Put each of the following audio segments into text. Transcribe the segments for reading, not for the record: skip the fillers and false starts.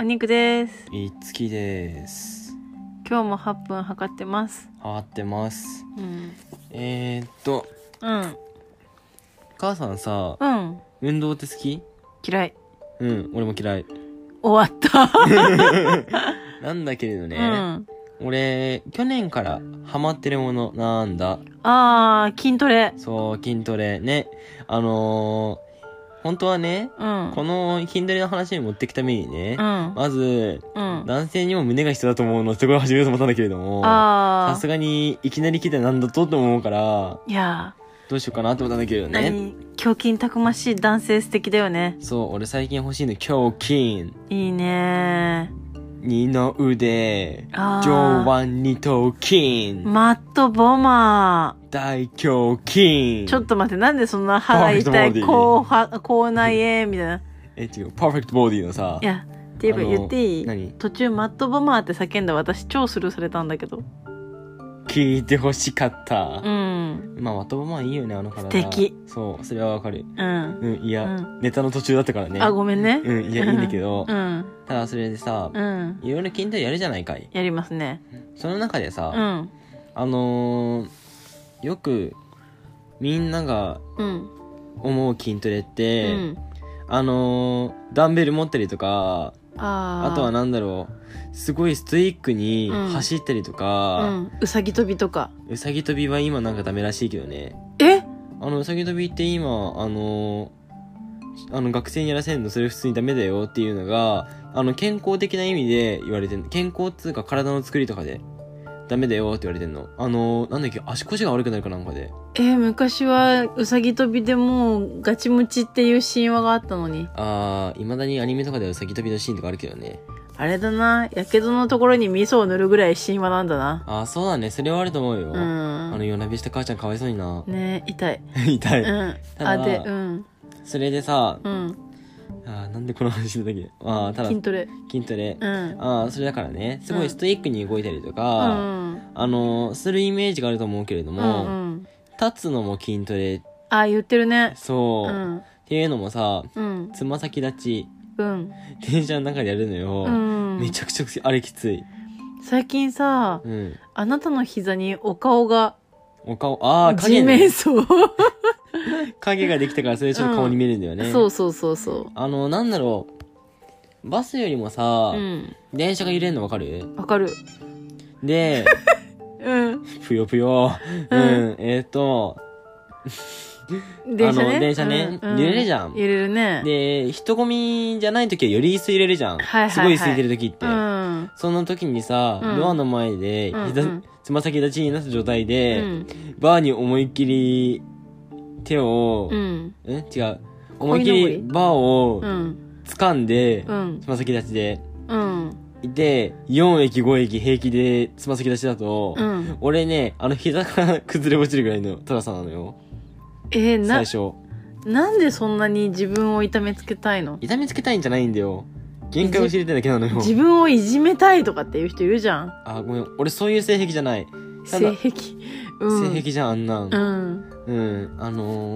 お肉です。 いつきです。 今日も8分測ってます。 測ってます。 うん。 母さんさ、 うん。 運動って好き？ 嫌い。 うん、俺も嫌い。 終わった。 なんだけれどね、 うん。 俺、去年からハマってるものなんだ。 筋トレ。 そう、筋トレね。本当はね、 うん。 この筋トレの話に持っていくためにね、 うん。 まず、 うん。 男性にも胸が必要だと思うのってこれを始めようと思ったんだけれども、さすがにいきなり来てなんだとって思うから、 いやどうしようかなって思ったんだけどね。 胸筋たくましい男性素敵だよね。 そう、俺最近欲しいの胸筋。 いいね。 二の腕、上腕二頭筋、 マットボマー、 大胸筋。 ちょっと待って、なんでそんな歯が痛い、口内炎みたいな。 違う、パーフェクトボディのさ。 いや、っていうか言っていい？ 何？ 途中マットボマーって叫んだ私超スルーされたんだけど。 聞いてほしかった。 うん。 まあ、マットボマーいいよね、あの体。 素敵。 そう、それはわかる。 うん。 うん、いや、ネタの途中だったからね。 あ、ごめんね。 うん、いや、いいんだけど。 うん。 ただ、それでさ、いろいろ筋トレやるじゃないかい。 やりますね。 その中でさ、よく、みんなが、思う筋トレって、ダンベル持ったりとか、あとはなんだろう、すごいストイックに走ったりとか、 うさぎ跳びとか。 うさぎ跳びは今なんかダメらしいけどね。うさぎ跳びって今、学生にやらせるのそれ普通にダメだよっていうのが、健康的な意味で言われてる。健康っつうか体の作りとかでダメだよって言われてんの。なんだっけ、足腰が悪くなるかなんかで。 昔はうさぎ跳びでもうガチムチっていう神話があったのに。 未だにアニメとかではうさぎ跳びのシーンとかあるけどね。 あれだな、やけどのところに味噌を塗るぐらい神話なんだな。 そうだね、それはあると思うよ。夜なべした母ちゃんかわいそうにな。 ね、痛い。 痛い。ただ、それでさ、なんでこの話だっけ。ただ、筋トレ。それだからね、すごいストイックに動いたりとか、するイメージがあると思うけれども、立つのも筋トレ。 言ってるね。 そう。っていうのもさ、つま先立ち。電車の中でやるのよ。めちゃくちゃあれきつい。 最近さ、あなたの膝にお顔が。 影ね。地面層。 影ができたからそれちょっと顔に見えるんだよね。 そう。 なんだろう。バスよりもさ、電車が揺れるのわかる？ わかる。 で、ぷよぷよ。電車ね、揺れるじゃん。 揺れるね。 で、人混みじゃない時はより一層揺れるじゃん。すごい空いてる時って。その時にさ、ドアの前で、つま先立ちになった状態で、バーに思いっきり手を、思いっきりバーを掴んで、つま先立ちで、いて、4駅5駅平気でつま先立ちだと、俺ね、膝が崩れ落ちるぐらいの高さなのよ。最初。 なんでそんなに自分を痛めつけたいの？ 痛めつけたいんじゃないんだよ。限界を知りたいだけなのよ。 自分をいじめたいとかっていう人いるじゃん。 ごめん。俺そういう性癖じゃない。 性癖。 性癖じゃん、あんなん。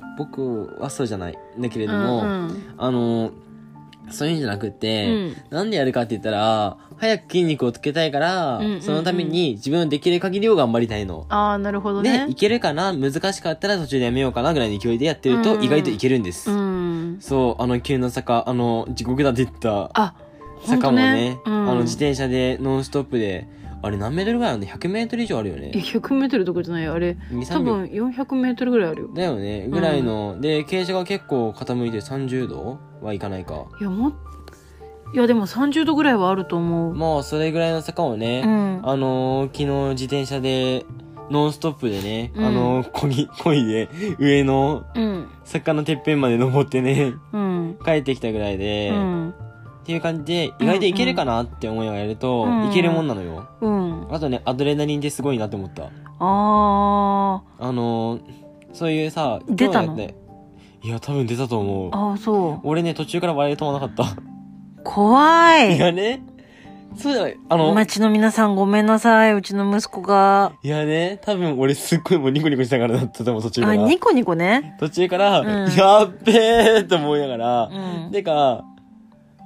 僕はそうじゃない。だけれども、そういうんじゃなくて、なんでやるかって言ったら、早く筋肉をつけたいから、そのために自分のできる限りを頑張りたいの。 なるほどね。 で、いけるかな？難しかったら途中でやめようかなぐらいの勢いでやってると、意外といけるんです。そう、急な坂、地獄だって言った坂もね、自転車でノンストップで、あれ何メートルぐらいあるんだ？ 100 メートル以上あるよね。 100メートルどころじゃないよ。あれ、多分400メートルぐらいあるよ。 だよね。ぐらいの、で、傾斜が結構傾いて30度はいかないか。 いやでも30度ぐらいはあると思う。 もうそれぐらいの坂をね、昨日自転車で、ノンストップでね、漕いで、上の、坂のてっぺんまで登ってね、帰ってきたぐらいで、っていう感じで、意外といけるかなって思いながらやると、いけるもんなのよ。あとね、アドレナリンってすごいなって思った。そういうさ、 出たの？ いや、多分出たと思う。 そう。 俺ね、途中から笑い止まなかった。 怖い。 いやね、そうじゃない、 町の皆さんごめんなさい、うちの息子が。 いやね、多分俺すっごいもうニコニコしながらだったと思う、途中から。 ニコニコね。 途中から、やっべーって思いながら、てか、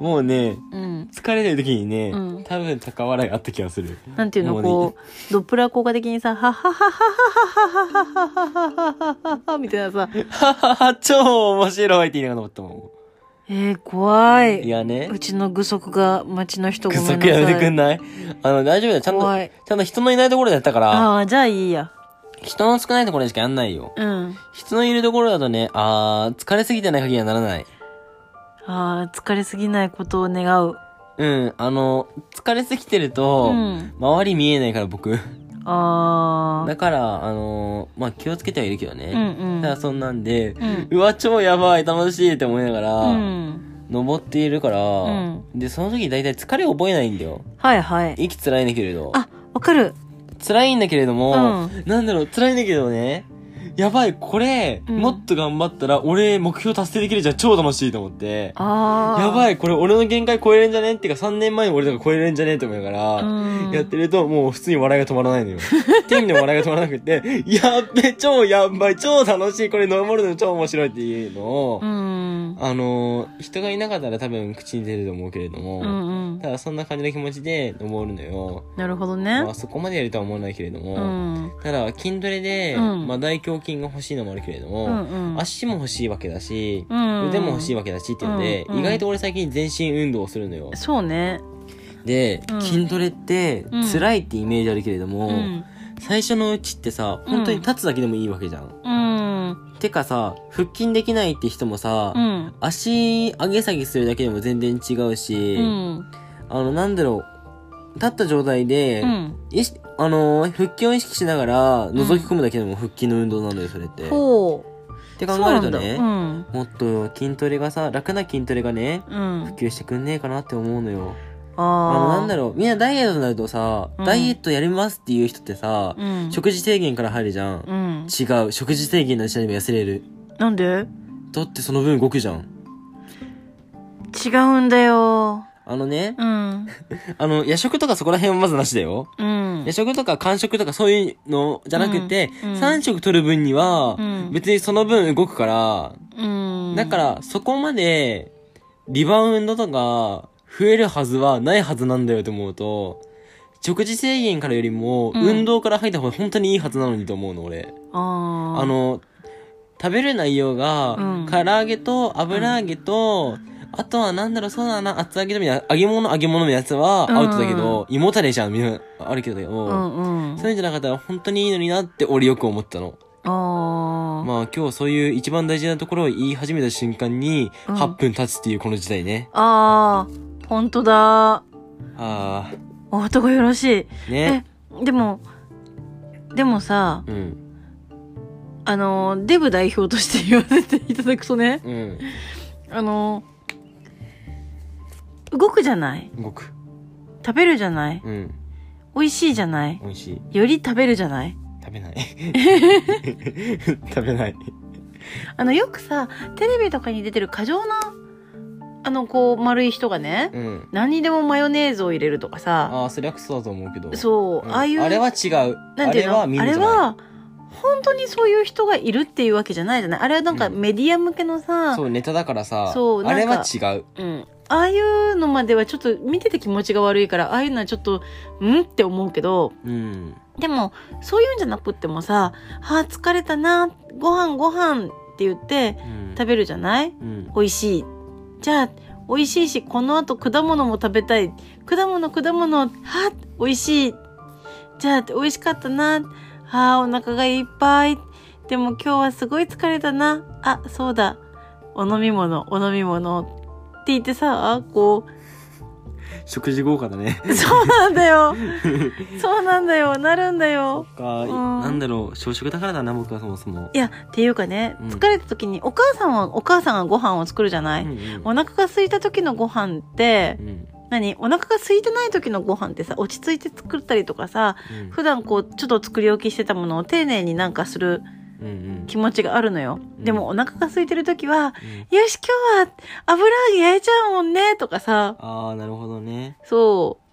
もうね、 うん。 疲れてる時にね、 うん、 多分高笑いあった気がする。 なんていうの、こう、ドップラー効果的にさ、ははははははははははみたいなさ、 ははは、超面白いって言いながら思ったもん。 怖い。 いやね。 うちの具足が街の人ごめんなさい。 具足やめてくんない？大丈夫だよ。ちゃんと人のいないところでやったから。 ああ、じゃあいいや。 人の少ないところでしかやんないよ。 うん。 人のいるところだとね、疲れすぎてない限りはならない。 疲れすぎないことを願う。 うん、疲れすぎてると、うん、周り見えないから僕。だから、まあ、気をつけてはいるけどね。うんうん。ただそんなんで、うわ、超やばい、楽しいって思いながら、登っているから、で、その時大体疲れ覚えないんだよ。はいはい。息辛いんだけれど。わかる。辛いんだけれども、なんだろう、辛いんだけどね、やばい、これ、もっと頑張ったら、俺、目標達成できるじゃん、超楽しいと思って。やばい、これ、俺の限界超えれんじゃねってか、3年前の俺とか超えれんじゃねって思いながら、やってると、もう普通に笑いが止まらないのよ。って意味でも笑いが止まらなくて、やっべ、超やばい、超楽しい、これ登るの超面白いっていうのを、人がいなかったら多分口に出ると思うけれども、ただそんな感じの気持ちで登るのよ。なるほどね。まあ、そこまでやるとは思わないけれども、ただ、筋トレで、まあ、大胸筋が欲しいのもあるけれども、足も欲しいわけだし、腕も欲しいわけだしっていうので、意外と俺最近全身運動をするのよ。そうね。で、筋トレって辛いってイメージあるけれども、最初のうちってさ、本当に立つだけでもいいわけじゃん。てかさ、腹筋できないって人もさ、足上げ下げするだけでも全然違うし、なんだろう、立った状態で、腹筋を意識しながら覗き込むだけでも腹筋の運動なんだよ、それって。って考えるとね、もっと筋トレがさ、楽な筋トレがね、普及してくんねえかなって思うのよ。なんだろう、みんなダイエットになるとさ、ダイエットやりますっていう人ってさ、食事制限から入るじゃん。違う、食事制限の時代でも痩せれる。なんで？だってその分動くじゃん。違うんだよ。夜食とかそこら辺はまずなしだよ。夜食とか間食とかそういうのじゃなくて、3食取る分には、別にその分動くから、だからそこまでリバウンドとか増えるはずはないはずなんだよと思うと、食事制限からよりも、運動から入った方が本当にいいはずなのにと思うの、俺。食べる内容が、唐揚げと油揚げと、あとはなんだろう、そうだな、厚揚げとみたいな、揚げ物のやつはアウトだけど、胃もたれじゃん、みたいな、あるけどよ。そういうんじゃなかったら本当にいいのになって俺よく思ったの。まあ今日そういう一番大事なところを言い始めた瞬間に、8分経つっていうこの時代ね。ほんとだ。お後がよろしい。ね。でもさ、デブ代表として言わせていただくとね、動くじゃない？動く。食べるじゃない？美味しいじゃない？美味しい。より食べるじゃない？食べない。食べない。よくさ、テレビとかに出てる過剰な、こう、丸い人がね、何にでもマヨネーズを入れるとかさ。そりゃクソだと思うけど。そう、ああいう。あれは違う。なんていうの？あれは、本当にそういう人がいるっていうわけじゃないじゃない？あれはなんかメディア向けのさ、そう、ネタだからさ、そう、あれは違う。ああいうのまではちょっと見てて気持ちが悪いから、ああいうのはちょっと、って思うけど、でも、そういうんじゃなくってもさ、疲れたな、ご飯って言って、食べるじゃない？美味しい。じゃあ、美味しいし、この後果物も食べたい。果物、美味しい。じゃあ、美味しかったな。お腹がいっぱい。でも今日はすごい疲れたな。そうだ。お飲み物。って言ってさ、こう。食事豪華だね。そうなんだよ。なるんだよ。そっか、なんだろう、小食だからだな、僕はそもそも。いや、っていうかね、疲れた時にお母さんがご飯を作るじゃない？お腹が空いた時のご飯って、お腹が空いてない時のご飯ってさ、落ち着いて作ったりとかさ、普段こう、ちょっと作り置きしてたものを丁寧になんかする気持ちがあるのよ。でもお腹が空いてる時は、よし今日は油揚げ焼いちゃうもんねとかさ。なるほどね。そう。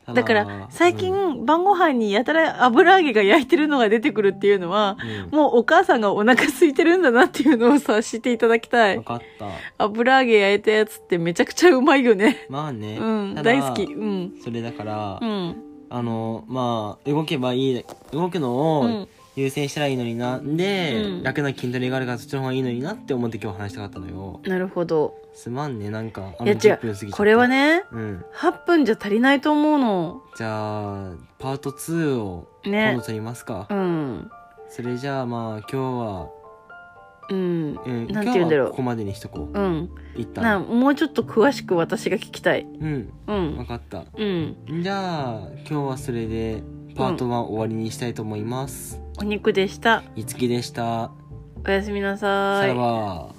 だから最近晩ご飯にやたら油揚げが焼いてるのが出てくるっていうのは、もうお母さんがお腹空いてるんだなっていうのをさ知っていただきたい。 分かった。 油揚げ焼いたやつってめちゃくちゃうまいよね。 まあね、 大好き。 それだから、まあ動けばいい、動くのを優先したらいいのにな、で、楽な筋トレがあるからそっちの方がいいのになって思って今日話したかったのよ。 なるほど。 すまんね、なんかいや違う、これはね、8分じゃ足りないと思うの。 じゃあパート2を今度撮りますか。それじゃあまあ今日はなんて言うんだろう、ここまでにしとこう。一旦もうちょっと詳しく私が聞きたい。 分かった。じゃあ今日はそれでパート1終わりにしたいと思います。 お肉でした。 いつきでした。 おやすみなさい。 さらば。